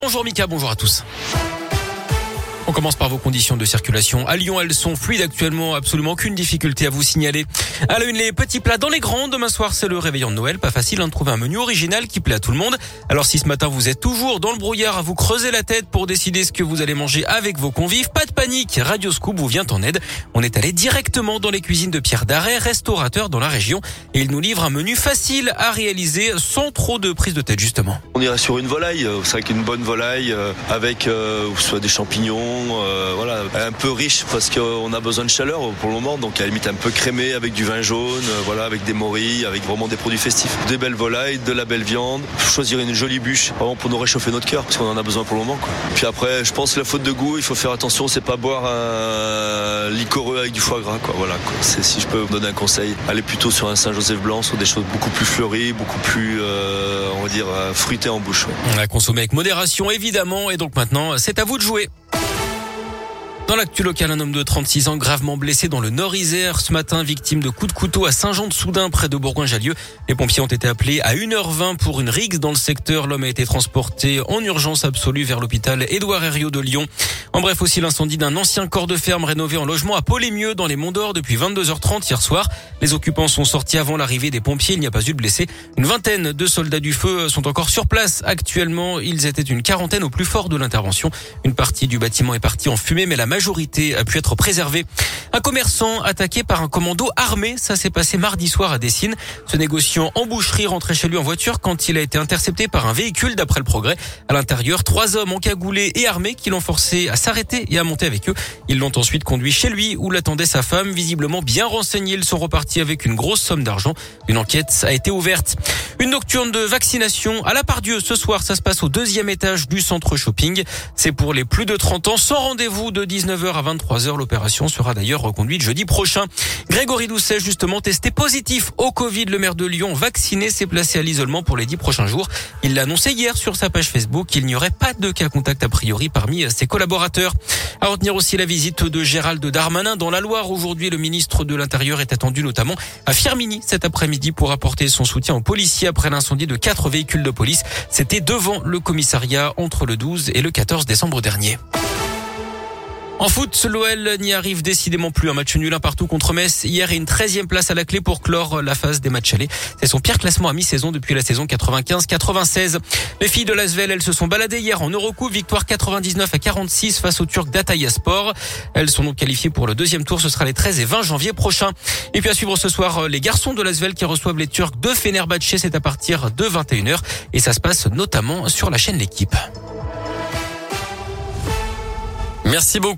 Bonjour Mika, bonjour à tous. On commence par vos conditions de circulation. À Lyon, elles sont fluides actuellement, absolument aucune difficulté à vous signaler. À la une, les petits plats dans les grands. Demain soir, c'est le réveillon de Noël. Pas facile de trouver un menu original qui plaît à tout le monde. Alors si ce matin, vous êtes toujours dans le brouillard à vous creuser la tête pour décider ce que vous allez manger avec vos convives, pas de panique. Radio Scoop vous vient en aide. On est allé directement dans les cuisines de Pierre Daret, restaurateur dans la région. Et il nous livre un menu facile à réaliser sans trop de prise de tête, justement. On irait sur une volaille. C'est vrai qu'une bonne volaille avec soit des champignons, voilà, un peu riche parce qu'on a besoin de chaleur pour le moment, donc à la limite un peu crémé avec du vin jaune, voilà, avec des morilles, avec vraiment des produits festifs. Des belles volailles, de la belle viande. Choisir une jolie bûche, vraiment pour nous réchauffer notre cœur, parce qu'on en a besoin pour le moment, quoi. Puis après, je pense que la faute de goût, il faut faire attention, c'est pas boire un liquoreux avec du foie gras, quoi. Voilà, quoi. C'est, si je peux vous donner un conseil, allez plutôt sur un Saint-Joseph blanc, sur des choses beaucoup plus fleuries, beaucoup plus, on va dire, fruitées en bouche. Ouais. On a consommé avec modération, évidemment, et donc maintenant, c'est à vous de jouer. Dans l'actu local, un homme de 36 ans gravement blessé dans le Nord-Isère. Ce matin, victime de coups de couteau à Saint-Jean-de-Soudain, près de Bourgoin-Jallieu. Les pompiers ont été appelés à 1h20 pour une rixe dans le secteur. L'homme a été transporté en urgence absolue vers l'hôpital Édouard Herriot de Lyon. En bref, aussi l'incendie d'un ancien corps de ferme rénové en logement à Paul-les-Mieux dans les Monts d'Or depuis 22h30 hier soir. Les occupants sont sortis avant l'arrivée des pompiers. Il n'y a pas eu de blessés. Une vingtaine de soldats du feu sont encore sur place actuellement. Ils étaient une quarantaine au plus fort de l'intervention. Une partie du bâtiment est partie en fumée, mais la majorité a pu être préservée. Un commerçant attaqué par un commando armé, ça s'est passé mardi soir à Dessines. Ce négociant en boucherie rentrait chez lui en voiture quand il a été intercepté par un véhicule d'après le Progrès. À l'intérieur, 3 hommes encagoulés et armés qui l'ont forcé à s'arrêter et à monter avec eux. Ils l'ont ensuite conduit chez lui où l'attendait sa femme. Visiblement bien renseignés, ils sont repartis avec une grosse somme d'argent. Une enquête a été ouverte. Une nocturne de vaccination à la Pardieu. Ce soir, ça se passe au 2e étage du centre shopping. C'est pour les plus de 30 ans sans rendez-vous de 19h à 23h. L'opération sera d'ailleurs reconduite jeudi prochain. Grégory Doucet, justement, testé positif au Covid. Le maire de Lyon, vacciné, s'est placé à l'isolement pour les 10 prochains jours. Il l'a annoncé hier sur sa page Facebook. Il n'y aurait pas de cas contact a priori parmi ses collaborateurs. À retenir aussi la visite de Gérald Darmanin dans la Loire. Aujourd'hui, le ministre de l'Intérieur est attendu notamment à Firminy cet après-midi pour apporter son soutien aux policiers après l'incendie de 4 véhicules de police. C'était devant le commissariat entre le 12 et le 14 décembre dernier. En foot, l'OL n'y arrive décidément plus. Un match nul, un partout contre Metz hier et une 13e place à la clé pour clore la phase des matchs allés. C'est son pire classement à mi-saison depuis la saison 95-96. Les filles de l'ASVEL, elles se sont baladées hier en Eurocoupe. Victoire 99-46 face aux Turcs d'Atayaspor. Elles sont donc qualifiées pour le 2e tour. Ce sera les 13 et 20 janvier prochains. Et puis à suivre ce soir, les garçons de l'ASVEL qui reçoivent les Turcs de Fenerbahçe. C'est à partir de 21h. Et ça se passe notamment sur la chaîne L'Équipe. Merci beaucoup.